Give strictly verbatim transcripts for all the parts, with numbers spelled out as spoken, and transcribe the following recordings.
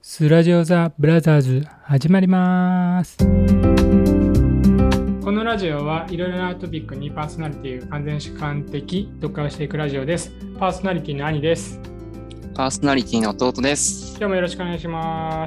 スラジオザブラザーズ始まります。このラジオはいろいろなトピックにパーソナリティが完全主観的読解をしていくラジオです。パーソナリティの兄です。 パーソナリティの弟です。 今日もよろしくお願いします。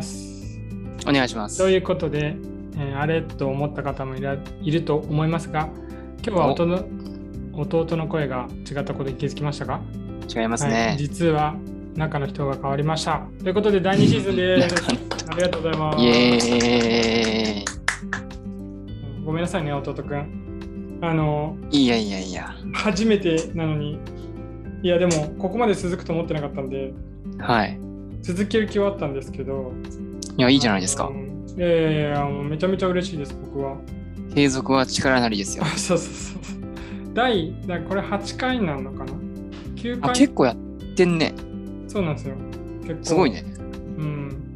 お願いします。 ということで、えー、あれと思った方もいる、いると思いますが、今日は弟の、弟の声が違ったことに気づきましたか？ 違いますね、 はい、実は中の人が変わりました。ということでだいにシーズンです。ありがとうございます。 イエーイ。 ごめんなさいね、弟くん。あの、 いやいやいや。 初めてなのに、いやでもここまで続くと思ってなかったんで、 はい。 続ける気はあったんですけど、 いや、いいじゃないですか。 いやいやいや、もうめちゃめちゃ嬉しいです、僕は。 継続は力なりですよ。 そうそうそう。第、これはちかいなのかな ?きゅう 回。 あ、結構やってんね。 そうなんですよ。結構すごいね。 うん。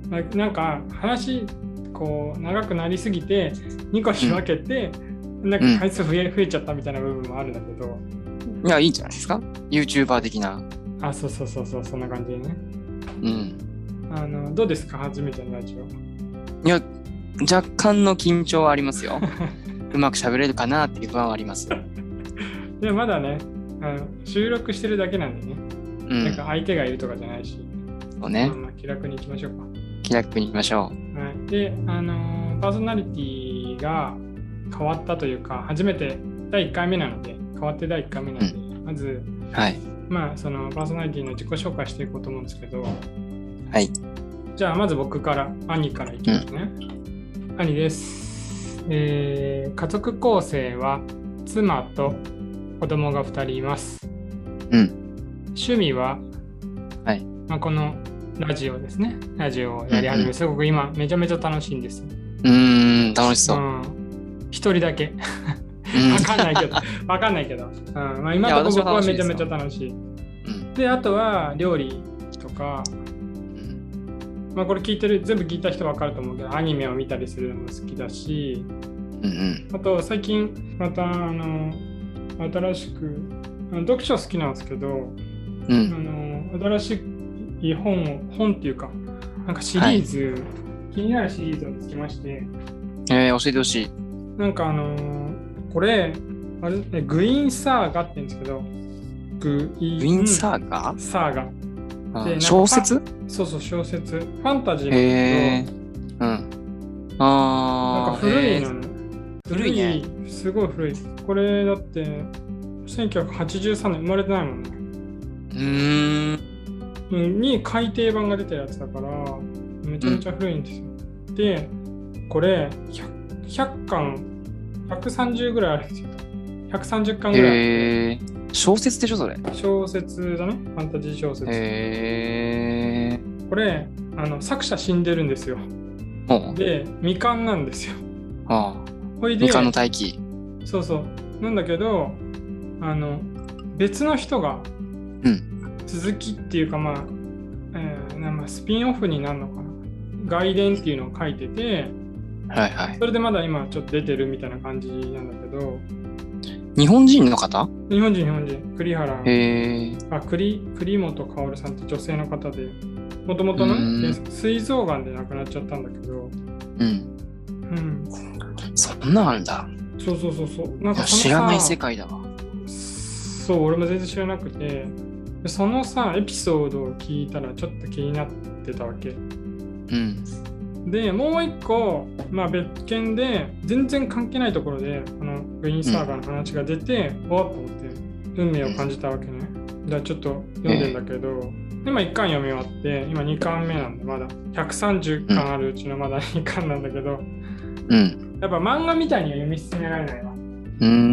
な, なんか話、こう、長くなりすぎて、にこに分けて、うん、なんか回数増え、うん、増えちゃったみたいな部分もあるんだけど。 いや、いいんじゃないですか ?YouTuber 的な。 あ、そうそうそうそう、そんな感じでね。 うん。あの、どうですか初めてのラジオ。 いや、若干の緊張はありますよ。うまく喋れるかなっていう不安はあります。 でもまだねあの、収録してるだけなんでね。うん、なんか相手がいるとかじゃないし。 そうね。 まあ、まあ気楽に行きましょうか。 気楽に行きましょう。はい。で、あのー、パーソナリティが変わったというか、初めてだいいっかいめなので、変わってだいいっかいめなので、うん、まず、 はい。 まあ、そのパーソナリティの自己紹介していこうと思うんですけど、 はい。 じゃあ、まず僕から、兄からいきますね。うん、兄です、えー。家族構成は妻と子供がふたりいます。 うん。 趣味は、 はい。 まあ、このラジオですね。ラジオをやり始め、すごく今めちゃめちゃ楽しいんです。 うーん、楽しそう。うん、 一人だけ。わかんないけど、わかんないけど。うんまあ、今のところ僕はめちゃめちゃ楽しい。うん、で、あとは料理とか、うんまあ、これ聞いてる、全部聞いた人わかると思うけど、アニメを見たりするのも好きだし、うんうん、あと最近またあの新しく読書好きなんですけど、うん、あの新しい本を本っていうかなんかシリーズ、はい、気になるシリーズを見つけまして、 えー、教えてほしい。 なんかあのー、これあれグイーンサーガって言うんですけど、 グイーンサーガ？ サーガで小説？ そうそう小説ファンタジーなんだけど、 うん、あなんか古いのね。 古いね。 すごい古い。これだってせんきゅうひゃくはちじゅうさんねん生まれてないもんね。 うーん。に改訂版が出たやつだからめちゃめちゃ古いんですよ。うん、で、これ ひゃく, ひゃっかんひゃくさんじゅうぐらいあるんですよ。ひゃくさんじゅっかんぐらい。 へー、小説でしょそれ？ 小説だね。ファンタジー小説。 へー。 これあの作者死んでるんですよ。で未完なんですよ。 ああ。未完の大器。 そうそうなんだけどあの別の人が続きっていうか、まあえー、まあスピンオフになるのかな、外伝っていうのを書いてて、 はいはい、 それでまだ今ちょっと出てるみたいな感じなんだけど。 日本人の方？ 日本人日本人栗原へあ栗栗本薫さんって女性の方で、もともとの膵臓がんで亡くなっちゃったんだけど、 うんうん、 そんなあるんだ。 そうそうそうそう。なんか知らない世界だわ。 そう、俺も全然知らなくて、そのさエピソードを聞いたらちょっと気になってたわけ。うん。で、もう一個、まあ別件で全然関係ないところでこのグイーンサーガーの話が出て、うん、おっと思って運命を感じたわけね。じゃあちょっと読んでんだけど、えー、今いっかん読み終わって今にかんめなんで、まだひゃくさんじゅっかんあるうちのまだにかんなんだけど、うん。やっぱ漫画みたいには読み進められないわ。 うん。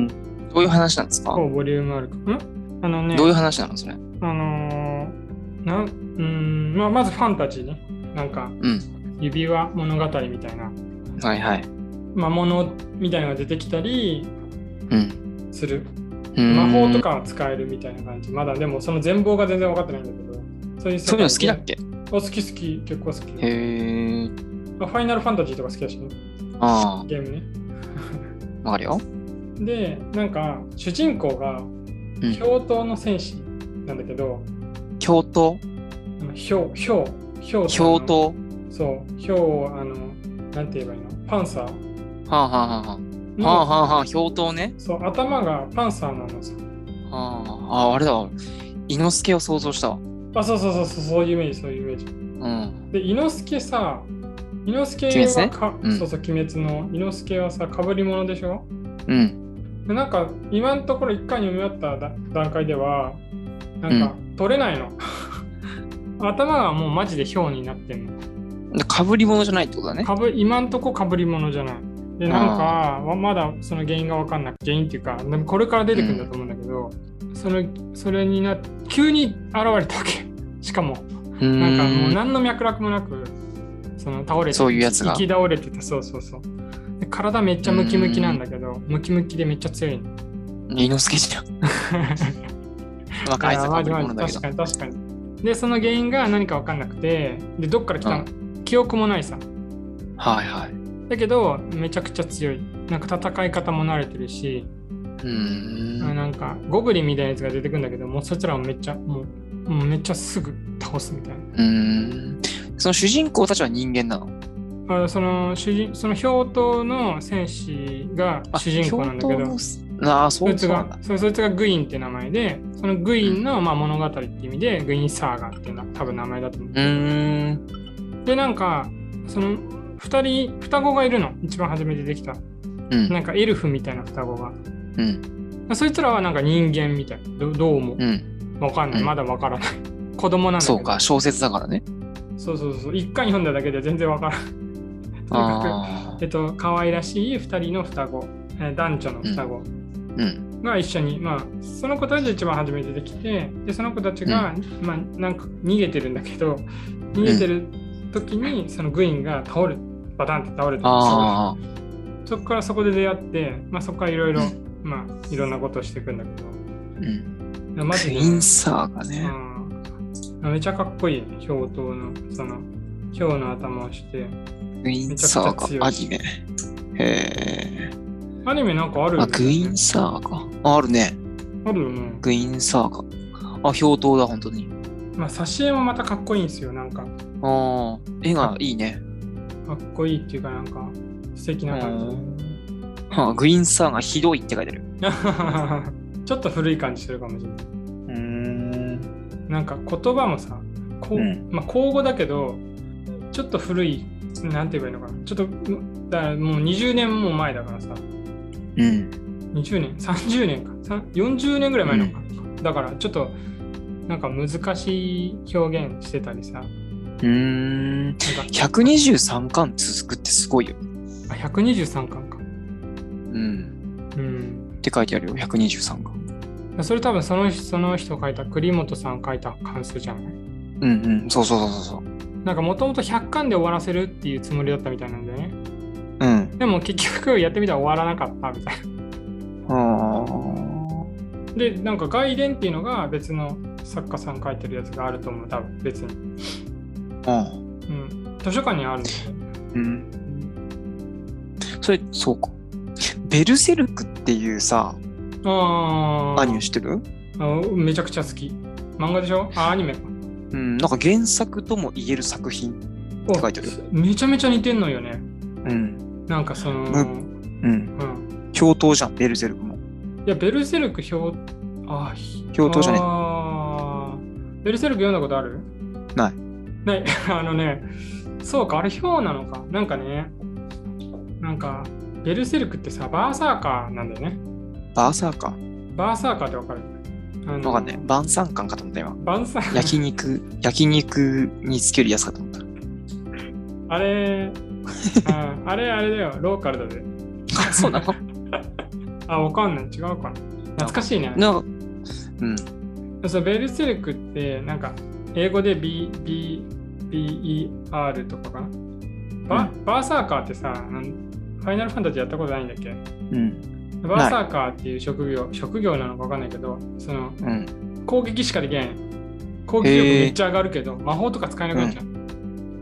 どういう話なんですか？ ボリュームあるか。んあのね。 どういう話なのそれ？ あのー、なうんまあまずファンタジーね。なんか、うん、指輪物語みたいな。 はいはい。 魔物みたいなのが出てきたりする。 うん、 魔法とかは使えるみたいな感じ。まだでもその全貌が全然分かってないんだけど。 そういうそういうの好きだっけ？ 好き好き結構好き。 へえ。 ファイナルファンタジーとか好きだしね。 ああ。 ゲームね。 わかるよ。 で、なんか主人公が氷島の戦士なんだけど、 氷島？ 氷氷氷氷島？ そうそう、ヒョウ、あの、なんて言えばいいのパンサーはあはあはあはあ。はあはあはあ、氷刀ね。 そう、頭がパンサーなのさ。 はあ、あ、あれだ。伊之助を想像したわ。 あ、そうそうそうそう、そういうイメージ、そういうイメージ。うん。で、伊之助さ、伊之助はか、ねうん、そうそう、鬼滅の伊之助はさ、かぶり物でしょうん。で、なんか、今のところ一回読み終わった段階では、なんか、うん、取れないの。頭がもうマジでヒョウになってんの。 かぶり物じゃないってことだね。 かぶ今んとこかぶり物じゃない。で、なんか、まだその原因が分かんなくて、原因っていうか、でもこれから出てくるんだと思うんだけど、うん、そのそれになって、急に現れたわけ。しかも、なんかもう何の脈絡もなく、その倒れて、 そういうやつが生き倒れてて、そうそうそう。で体めっちゃムキムキなんだけど、ムキムキでめっちゃ強いの。 伊之助じゃん。若いやつかぶり物だけど。 確かに確かに。で、その原因が何か分かんなくて、で、どっから来たの、うん、記憶もないさ。 はいはい。 だけど、めちゃくちゃ強い。なんか戦い方も慣れてるし、うーんなんかゴブリンみたいなやつが出てくるんだけど、もうそちらもめっちゃ、もう、もうめっちゃすぐ倒すみたいな。 うーんその主人公たちは人間なの？ あその主人その氷刀の戦士が主人公なんだけど、 ああそうそいつがそいつがグイーンって名前で、そのグイーンのまあ物語って意味で、うん、グイーンサーガーっていうのは多分名前だと思う。うーんで、なんかその二人双子がいるの、一番初めてできた、うん、なんかエルフみたいな双子が、うん、そいつらはなんか人間みたいな、 ど, どうも、うん、わかんない、まだわからない、子供なんだけど。 そうか、小説だからね。 そうそうそう、一巻読んだだけで全然わからない。とにかくえっと可愛らしい二人の双子、えー、男女の双子が一緒に、うん、まあその子たちが一番初めてできて、でその子たちが、うん、まあなんか逃げてるんだけど、逃げてる時にそのグイーンが倒れバタンって倒れてるんですよ。そこからそこで出会って、まあそこからいろいろまあいろんなことをしていくんだけど、 うん、マジでグイーンサーがね、 うん、めちゃかっこいいね、氷刀のその氷の頭をしてグイーンサーガアニメ。へー。アニメなんかあるよね。あ、グイーンサーガ。あ、あるね。 あるよね。 グイーンサーガ。あ、氷刀だ、本当に。 まあ、挿絵もまたかっこいいんですよ、なんか。 ああ、絵がいいね。 かっこいいっていうか、なんか、素敵な感じ。はあ、グイーンサーガひどいって書いてある。 ちょっと古い感じするかもしれない。うーん。なんか言葉もさ、こう、うん、まあ、口語だけど、ちょっと古い。なんて言えばいいのかな、ちょっとだからもうにじゅうねんも前だからさ、うん、にじゅうねんさんじゅうねんかよんじゅうねんぐらい前のか、うん、だからちょっとなんか難しい表現してたりさ、 うーんひゃくにじゅうさんかん続くってすごいよ。 あ、ひゃくにじゅうさんかんか、うんうんって書いてあるよ、ひゃくにじゅうさんかん。 それ多分そのその人書いた栗本さん書いた関数じゃない。 うんうん、そうそうそうそう。 なんかもともとひゃっかんで終わらせるっていうつもりだったみたいなんでね。うん。でも結局やってみたら終わらなかったみたいな。ああ。で、なんか外伝っていうのが別の作家さん書いてるやつがあると思う、多分別に。ああ。うん。図書館にあるんだよ。うん。 それ、そうか。ベルセルクっていうさ、ああ。アニメ知ってる？ あ、めちゃくちゃ好き。漫画でしょ？あ、アニメか。 うん、なんか原作とも言える作品って書いてある。 めちゃめちゃ似てんのよね。うん。なんかその、うん。うん。 氷刀じゃん、ベルセルクも。 いや、ベルセルク氷、あ、 氷刀じゃねえ。 あー、ベルセルク読んだことある？ ない。 ない。あのね、そうか、あれ氷なのか。なんかね、なんか、ベルセルクってさ、バーサーカーなんだよね。 バーサーカー？ バーサーカーってわかる？ わかんない。晩餐館かと思った今。 晩餐焼肉、焼肉につけるやつかと思った。 あれあ、あれあれだよ、ローカルだぜ。 あ、そうなの？ あ、わかんない。違うかな。懐かしいね。 なうん。 そう、ベルセルクって、なんか、英語で B、B、ビーイーアール とかかな。バ、うん、バーサーカーってさ、ファイナルファンタジーやったことないんだっけ？うん。バーサーカーっていう職業、職業なのか分かんないけど、その、うん、攻撃しかできない。攻撃力めっちゃ上がるけど、魔法とか使えなくなっちゃう。うん、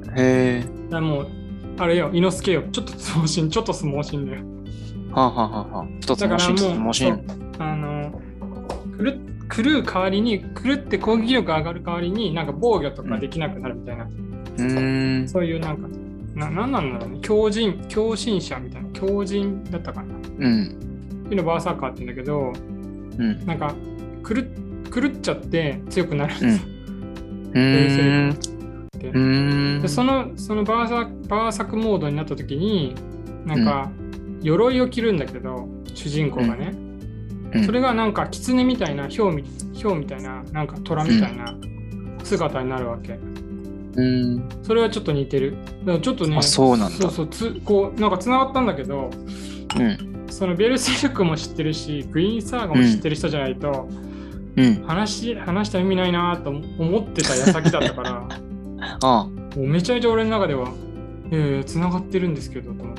へえ。だもう、あれよ、伊之助よ、ちょっと相撲心、ちょっと相撲心だよ。 はあ、はあはあ、一つ相撲心。 あの、狂う代わりに、狂って攻撃力上がる代わりに、なんか防御とかできなくなるみたいな。 うん。 そういうなんか、な、なんなんだろうね。強靭、強心者みたいな。強靭だったかな。 うん。 っていうのバーサーカーって言うんだけど、 うん、 なんか狂っ、狂っちゃって強くなるんですよ。 うん。 でうんでその、そのバーサバーサクモードになった時に、なんか、鎧を着るんだけど、主人公がね。うん、それがなんか狐みたいな、ヒョウみ、ヒョウみたいな、なんか虎みたいな姿になるわけ。 うん、 それはちょっと似てる。だからちょっとね、 あ、そうなんだ。 そうそうつこうなんかつながったんだけど、うん、そのベルセルクも知ってるし、グイーンサーガも知ってる人じゃないと、うん、話話した意味ないなと思ってた矢先だったから、ああもうめちゃめちゃ俺の中では、えー、つながってるんですけどと思って。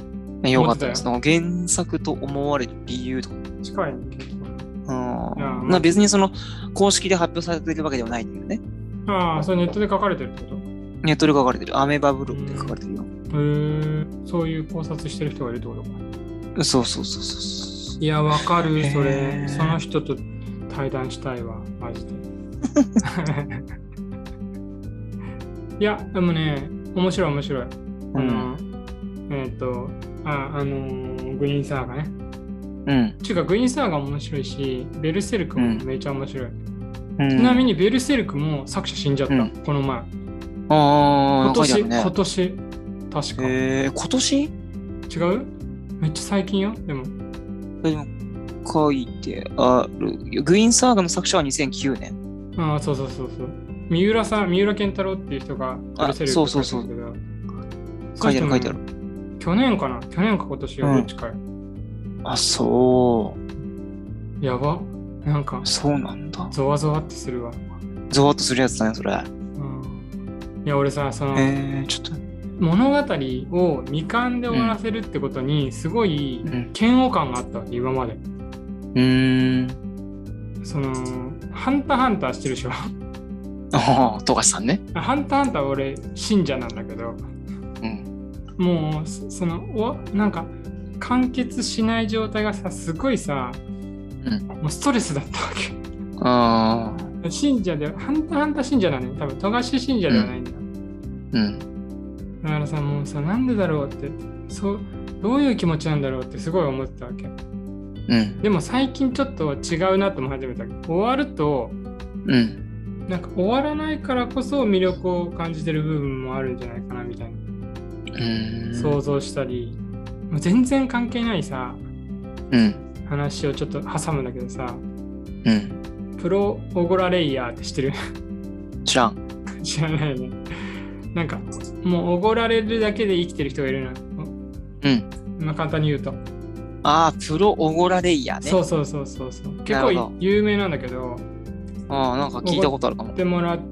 よかったです。原作と思われる理由とか。 近いね。 ああ、まあ、別にその公式で発表されてるわけではないんだよね。 ああ、それネットで書かれてるってこと？ ネットで書かれてる。アメバブログで書かれてるよ。 へえ、そういう考察してる人がいるってことか。そうそうそうそう。 いや、わかる、それ。その人と対談したいわ、マジで。いや、でもね、面白い面白い。あの、うん、えっ、ー、と、あ、あのー、グリーンサーガね。うん。ていうか、グリーンサーガも面白いし、ベルセルクもめちゃ面白い。うん、ちなみに、ベルセルクも作者死んじゃった、うん、この前。ああ、今年、ね、今年、確か。 えー、今年？違う？めっちゃ最近よ、でも。 でも、書いてある。グイーンサーガの作者はにせんきゅうねん。 ああ、そうそうそうそう。三浦さん、三浦健太郎っていう人がベルセルク書いてるけど。そうそうそう。書いてある書いてある。 去年かな去年か今年はどっちかよ、うん。 あ、そう。 やば。なんか、 そうなんだ。 ゾワゾワってするわ。 ゾワっとするやつだね、それ。 いや俺さその、 えー、ちょっと物語を未完で終わらせるってことにすごい嫌悪感があったわけ、うん、今まで。うーん。 そのハンターハンターしてるでしょ。 ああ、富樫さんね。 ハンターハンターは俺信者なんだけど、うん、もうそのおなんか完結しない状態がさすごいさ、うん、もうストレスだったわけ。 ああ。 信者でハンターハンター信者だね。多分富樫信者ではないんだ。うん。うん、だからさもうさなんでだろうってそうどういう気持ちなんだろうってすごい思ってたわけ。うん。でも最近ちょっと違うなとも始めたわけ。終わると、うん。なんか終わらないからこそ魅力を感じてる部分もあるんじゃないかなみたいな。うん。想像したり、もう全然関係ないさ、うん。話をちょっと挟むんだけどさ、うん。プロオゴラレイヤーって知ってる？ 知らん。 知らないね。なんかもうおごられるだけで生きてる人がいるの。うん。まあ簡単に言うと。 ああ、プロオゴラレイヤーね。 そうそうそうそうそう。結構有名なんだけど。 ああ、なんか聞いたことあるかも。 おごってもらって、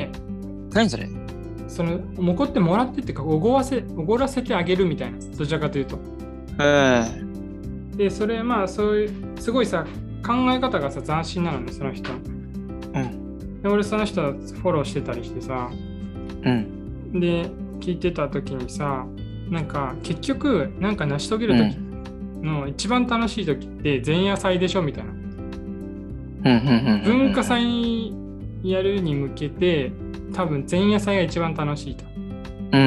何それ？ そのおごってもらってってかおごわせおごらせてあげるみたいな。どちらかというと。へえ。でそれまあそういうすごいさ。考え方がさ斬新なのねその人、うん、で俺その人フォローしてたりしてさ、うん、で聞いてた時にさなんか結局なんか成し遂げる時の一番楽しい時って前夜祭でしょみたいな、文化祭やるに向けて多分前夜祭が一番楽しいと、うん、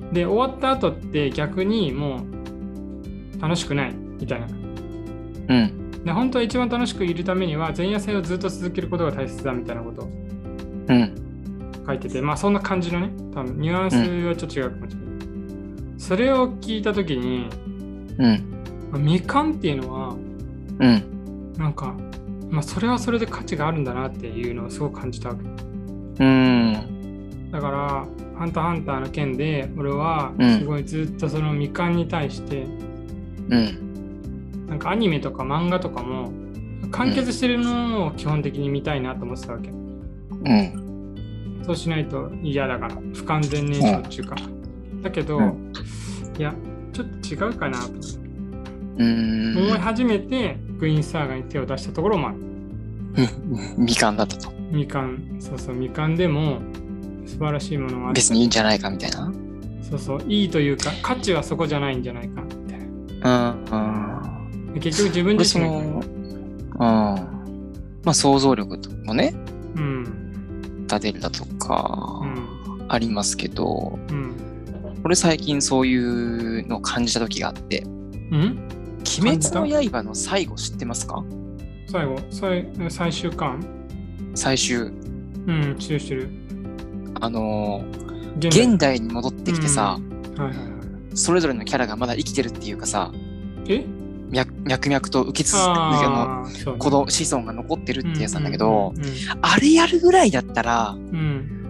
で終わった後って逆にもう楽しくないみたいな、うんで本当は一番楽しくいるためには前夜祭をずっと続けることが大切だみたいなことを書いてて、うん、まあそんな感じのね多分ニュアンスはちょっと違うかもしれない、うん、それを聞いたときに、うんまあ、未完っていうのは、うん、なんか、まあ、それはそれで価値があるんだなっていうのをすごく感じたわけ、うん、だからハンターハンターの件で俺はすごいずっとその未完に対して、うんなんかアニメとか漫画とかも完結してるのを基本的に見たいなと思ってたわけ、うん、そうしないと嫌だから不完全燃焼っていうか、うん、だけど、うん、いやちょっと違うかなとうん思い始めてグイーンサーガに手を出したところもある、 うん、未完だったと未完そうそう未完でも素晴らしいものがある別にいいんじゃないかみたいなそうそういいというか価値はそこじゃないんじゃないかみたいなうんうん結局自分自身が、 あまあ想像力もね、うん、立てるだとか、うん、 ありますけど、 うん、 俺最近そういうのを感じた時があって、 うん、 鬼滅の刃の最後知ってますか？ 最後最最終巻最終うん知る知るあのー、現代、現代に戻ってきてさ、 うんはいはいはい、 それぞれのキャラがまだ生きてるっていうかさ、 え脈々と受け続けるの、ね、子供子孫が残ってるってやつなんだけど、うんうんうんうん、あれやるぐらいだったら、うん、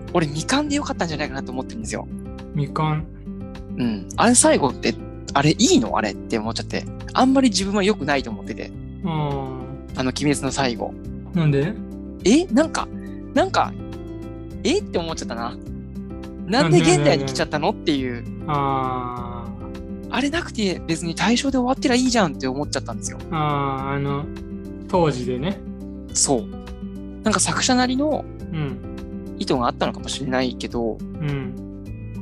俺未完でよかったんじゃないかなと思ってるんですよ。 未完うんあれ最後ってあれいいのあれって思っちゃって、あんまり自分は良くないと思ってて、 ああの鬼滅の最後なんでえなんかなんかえって思っちゃったな。なんで現代に来ちゃったのっていう。 ああれなくて別に大正で終わってりゃいいじゃんって思っちゃったんですよ。 あああの当時でね。 そうなんか作者なりの意図があったのかもしれないけど、 うん、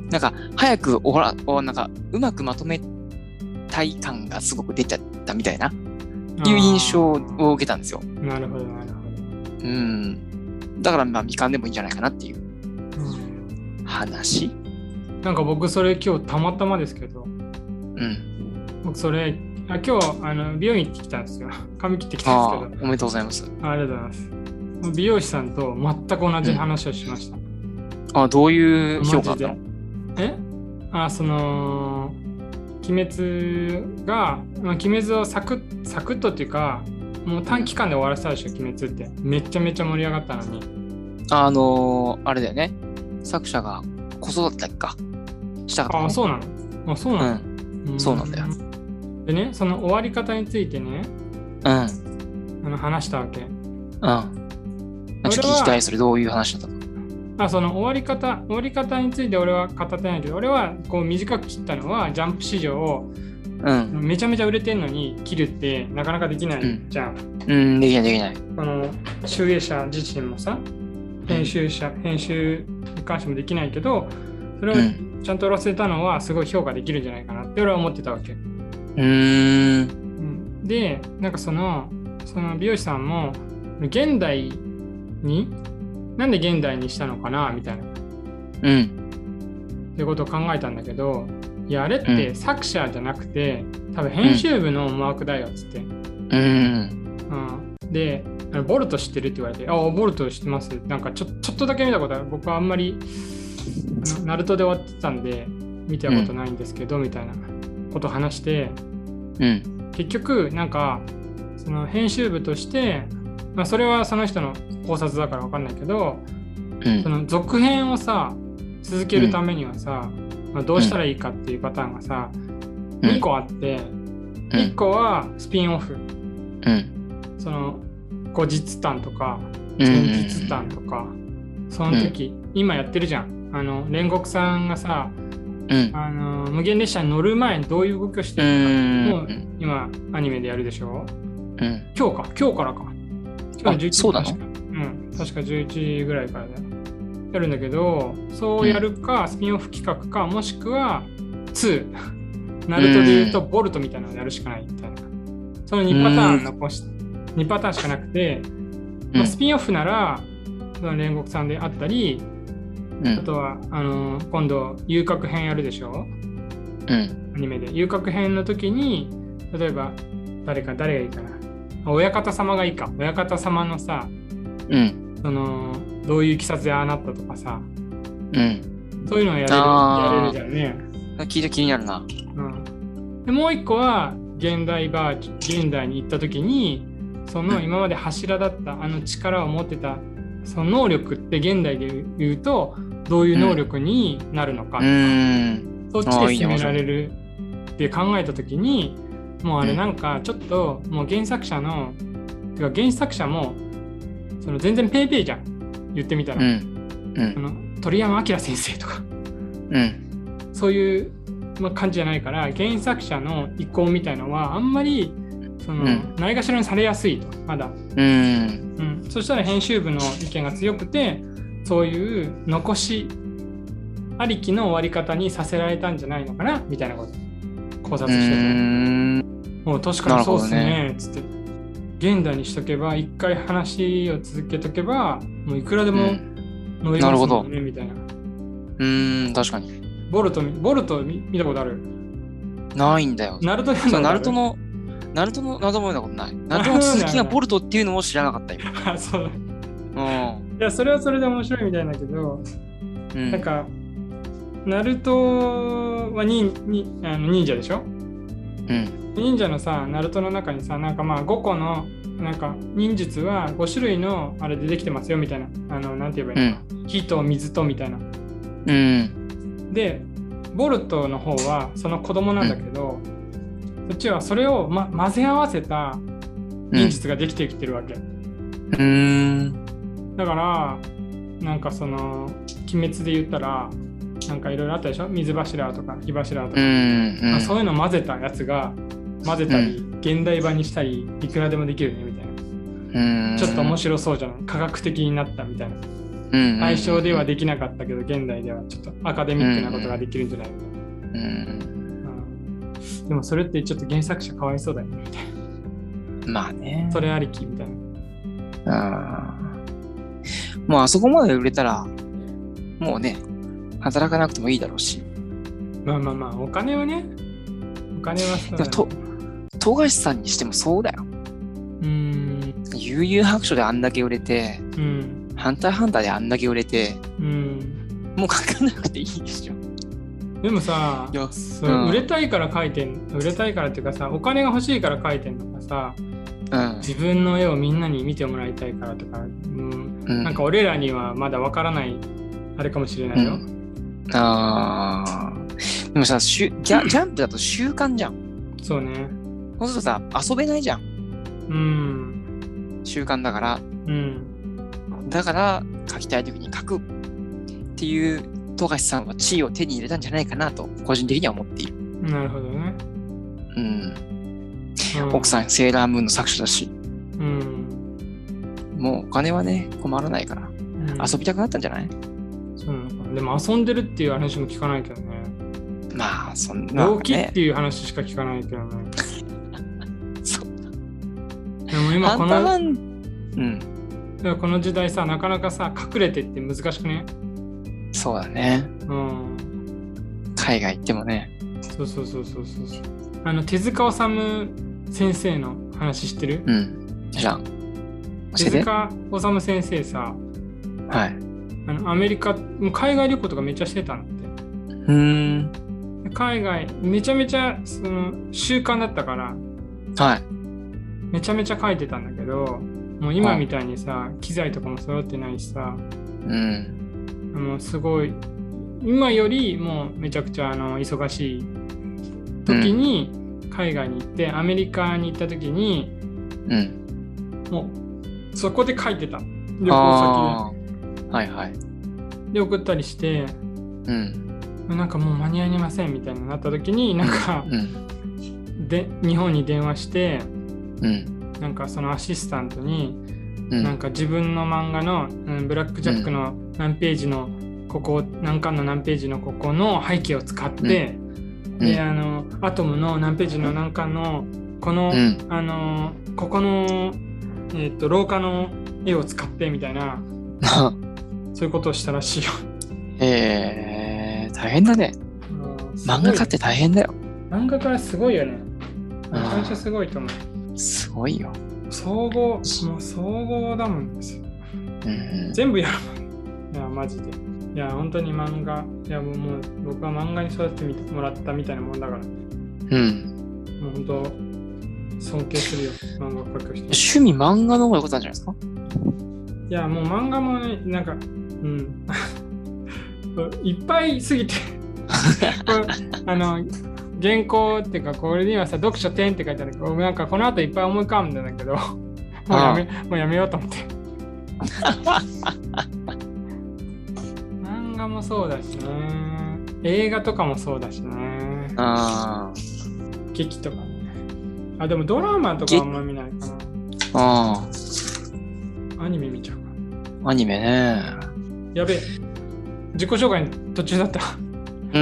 なんか早くおらおなんかうまくまとめたい感がすごく出ちゃったみたいないう印象を受けたんですよ。 なるほどなるほど。 うんだからまあ未完でもいいんじゃないかなっていう話。 なんか僕それ今日たまたまですけど、うんん、 僕それあ今日あの美容院行ってきたんですよ。髪切ってきたんですけど。 おめでとうございます。 ありがとうございます。美容師さんと全く同じ話をしました。うん、 あどういう評価だったの？ えあその鬼滅が、まあ、鬼滅をサクッサクッとっていうかもう短期間で終わらせたでしょ。鬼滅ってめちゃめちゃ盛り上がったのに。 あのー、あれだよね。作者が子育てかしたかった、ね。 あそうなのあそうなの、 うん、そうなんだよ。 でねその終わり方についてね、 うん、あの話したわけ。うん。 ちょっと聞きたい。それどういう話だったの？ あその終わり方終わり方について俺は語ってないけど、俺はこう短く切ったのはジャンプ市場を、うん、めちゃめちゃ売れてんのに切るってなかなかできないじゃん。 うん、うん、できないできない。 この集英社自身もさ編集者、うん、編集に関してもできないけど、それをちゃんとやらせたのはすごい評価できるんじゃないかなって俺は思ってたわけ。 うーん。 で、なんかそのその美容師さんも現代になんで現代にしたのかなみたいな、 うん、 っていうことを考えたんだけど、いやあれって作者じゃなくて、うん、多分編集部の思惑だよっつって、うんうんうん、でボルト知ってるって言われて、ああボルト知ってます。なんかちょちょっとだけ見たことある。僕はあんまりナルトで終わってたんで見たことないんですけど、うん、みたいなことを話して、 うん、 結局なんかその編集部として、まあ、それはその人の考察だから分かんないけど、うん、その続編をさ続けるためにはさ、うんまあ、どうしたらいいかっていうパターンがさ、うん、にこあって、うん、いっこはスピンオフ、 うん、 その後日談とか前日談とか、うん、その時、うん、今やってるじゃん。あの煉獄さんがさ、うん、あの無限列車に乗る前にどういう動きをしてるのか、うん、もう今アニメでやるでしょ、うん、今日か今日からか今日じゅういちじそうなの？ 確か、うん、確かじゅういちじぐらいからだよやるんだけど、そうやるか、うん、スピンオフ企画かもしくはツーナルトで言うとボルトみたいなのをやるしかないみたいな、そのにパターン残しにパターンしかなくて、まあ、スピンオフならその煉獄さんであったり、うん、あとはあのー、今度遊郭編やるでしょ、 うん、 アニメで遊郭編の時に例えば誰か誰がいいかな、親方様がいいか、親方様のさ、 うん、 そのどういう経緯でああなったとかさ、 うん、 そういうのをやれる、やれるじゃんね。 聞いて気になるな。 うん、でもう一個は現代バージョン、現代に行った時にその今まで柱だったあの力を持ってたその能力って現代で言うとどういう能力になるのかとか、うん、そっちで進められるって考えた時に、もうあれなんかちょっともう原作者の、うん、てか原作者もその全然ペーペーじゃん言ってみたら、 うんうん、 あの鳥山明先生とか、 うん、 そういう感じじゃないから原作者の意向みたいのはあんまりその、うん、ないがしろにされやすいとまだ、 うんうん、そしたら編集部の意見が強くてそういう残しありきの終わり方にさせられたんじゃないのかなみたいなこと考察してて、うん、もう確かにそうっすねつって現代にしとけば一回話を続けとけばもういくらでも乗りますもんね、うん、みたいな。 うーん、確かに。 ボルト、ボルト見たことある？ ないんだよ。 ナルト読んだことある？ ナルトの、ナルトの謎も読んだことない。ナルトの続きがボルトっていうのも知らなかったよ。 あ、そうだ。 うん。 いや、それはそれで面白いみたいだけど、うん、なんか、ナルトは忍、あの忍者でしょ？うん。忍者のさ、ナルトの中にさ、なんかまあごこの、なんか忍術はご種類のあれでできてますよみたいな。あの、なんて言えばいいのかな。うん、火と水とみたいな。うん。で、ボルトの方はその子供なんだけど、うん、そっちはそれを、ま、混ぜ合わせた忍術ができてきてるわけ。うん。だから、なんかその、鬼滅で言ったら、なんかいろいろあったでしょ？水柱とか火柱とか、うんうんまあ、そういうの混ぜたやつが混ぜたり、うん、現代版にしたりいくらでもできるねみたいな、うん、ちょっと面白そうじゃない？科学的になったみたいな、うん、対象ではできなかったけど現代ではちょっとアカデミックなことができるんじゃないみたいな、うんうん、でもそれってちょっと原作者かわいそうだよねみたいな。 まあね、 それありきみたいな。 あもうあそこまで売れたらもうね働かなくてもいいだろうし。 まあまあまあ、お金はね。お金はさ。 と、富樫さんにしてもそうだよ。うん。悠々白書であんだけ売れて、うん。ハンターハンターであんだけ売れて、うん。もう書かなくていいでしょ。 でもさ、いやそれ売れたいから書いてん、売れたいからっていうかさ、お金が欲しいから書いてんのかさ、うん、自分の絵をみんなに見てもらいたいからとか、うんうん、なんか俺らにはまだわからないあれかもしれないよ。うんあーでもさジャ、ジャンプだと習慣じゃん。 そうね。 そうするとさ、遊べないじゃん。 うん。 習慣だから。うん。だから、書きたいときに書くっていう富樫さんは地位を手に入れたんじゃないかなと、個人的には思っている。 なるほどね。 うん。うん、奥さん、セーラームーンの作者だし。うん。もうお金はね、困らないから。うん、遊びたくなったんじゃない？ そうなのかな。でも遊んでるっていう話も聞かないけどね。 まあそんな、ね。 病気っていう話しか聞かないけどね。そう。でも今この、うん。この時代さ、なかなかさ、隠れてって難しくね？ そうだね。うん。海外行ってもね。 そうそうそうそうそう。あの手塚治虫先生の話知ってる？ うん。じゃん。 手塚治虫先生さ。 はい。 あのアメリカもう海外旅行とかめっちゃしてたんだって。 うーん。 海外めちゃめちゃその習慣だったから、 はい。 めちゃめちゃ書いてたんだけど、もう今みたいにさ、機材とかも揃ってないしさ、うん。もうすごい今よりもうめちゃくちゃあの忙しい時に海外に行って、うん、アメリカに行った時に、うん、もうそこで書いてた旅行先で。 はいはい。 で送ったりして、うん、なんかもう間に合いませんみたいになった時になんか、うん、で日本に電話して、うん、なんかそのアシスタントに、うん、なんか自分の漫画の、うん、ブラックジャックの何ページのここ何巻の何ページのここの背景を使って、うん、であのアトムの何ページの何巻のこの、うん、あのここのえっと廊下の絵を使ってみたいなそういうことをしたらしいよ。 えー、大変だね。漫画家って大変だよ。 漫画家すごいよね。めちゃめちゃすごいと思う。すごいよ。 総合、もう総合だもんですよ。うん、全部やるもん。いや、マジで。いや、本当に漫画。いや、もう、もう僕は漫画に育ててみてもらったみたいなもんだから。うん。もう本当、尊敬するよ。漫画描く人。 趣味漫画の方が良かったんじゃないですか？ いや、もう漫画もね、なんか、うん。いっぱいすぎてあの原稿っていうかこれにはさ読書点って書いてあるけどなんかこの後いっぱい思い浮かぶんだけどもうやめもうやめようと思って漫画もそうだしね映画とかもそうだしねあ劇とかねあでもドラマとかあんま見ないかなあアニメ見ちゃうかアニメねやべえ自己紹介の途中だった。 うん。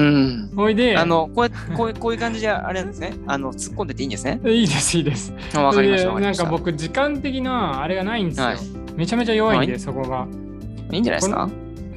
おいで。 あの、こうやって、こういう、こういう感じであれなんですね。あの、突っ込んでていいんですね。 いいです、いいです。 わかりました。 なんか僕、時間的なあれがないんですよ。はい、めちゃめちゃ弱いんで、そこが。 いいんじゃないですか。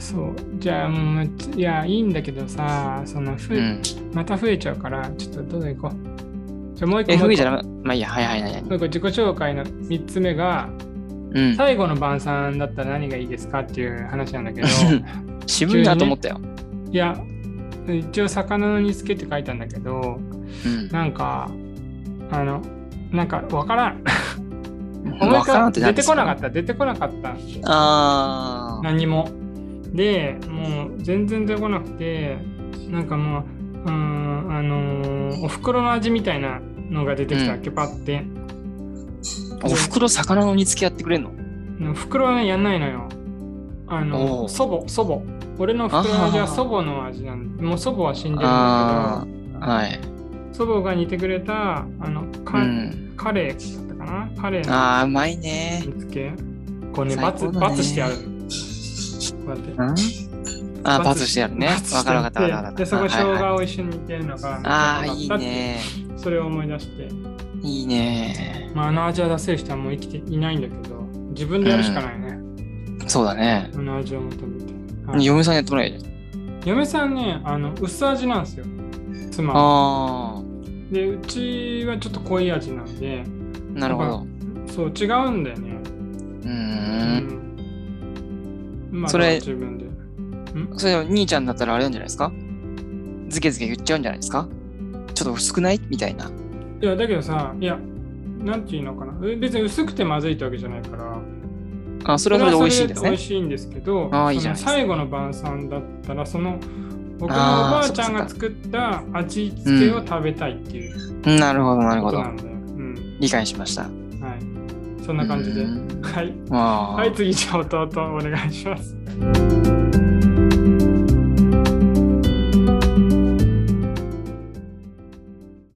そう。じゃあ、もう、いや、いいんだけどさ、その、ふ、うん、また増えちゃうから、ちょっとどうぞ行こう。じゃあもう一個。 え、増えちゃうまあいいや、はいはいはい。 もう一個自己紹介のみっつめが、うん、最後の晩餐だったら何がいいですかっていう話なんだけど。 渋いなと思ったよ。ね、 いや、一応、魚の煮付けって書いたんだけど、うん、なんか、あの、なんかわからん。思いか出てこなかった、出てこなかった。あ何も。で、もう全然出てこなくて、なんかもう、うーん、あのー、お袋の味みたいなのが出てきたっけ、うん、パッて。 お袋、魚の煮付けやってくれんの？袋はね、やんないのよ。あの、祖母、祖母。俺の袋の味は祖母の味なんで、もう祖母は死んでるんだけど、はい。祖母が煮てくれた、あの、か、うん、カレーだったかな？カレーの。 ああ、うまいね。 煮付け。こうね、バツ、バツしてある。こうやって。 ああ、バツしてあるね。わかるわかったわかった。 で、そこ生姜を一緒に煮てるのが、 ああ、いいね。 それを思い出して。 いいね。 まあ、あの味を出せる人はもう生きていないんだけど、自分でやるしかないね。 うん、そうだね。 あの味を求めて。 はい、嫁さんやってもらえる？ 嫁さんね、あの薄味なんですよ。妻は。あで、うちはちょっと濃い味なんで。 なるほど。 そう、違うんだよね。 うーん。うん、まあ、それ、自分で。んそれ、兄ちゃんだったらあれなんじゃないですか？ズケズケ言っちゃうんじゃないですか？ちょっと薄くないみたいな。 いや、だけどさ、いや、なんていうのかな。別に薄くてまずいってわけじゃないから。 あ、それはそれで美味しいんですね。 美味しいんですけど、 あいいじゃん最後の晩餐だったら、その僕のおばあちゃんが作った味付けを食べたいっていう、 うん、なるほど、なるほど。 うん、 理解しました。 はい。そんな感じで。はい。はい、次、じゃあ弟お願いします。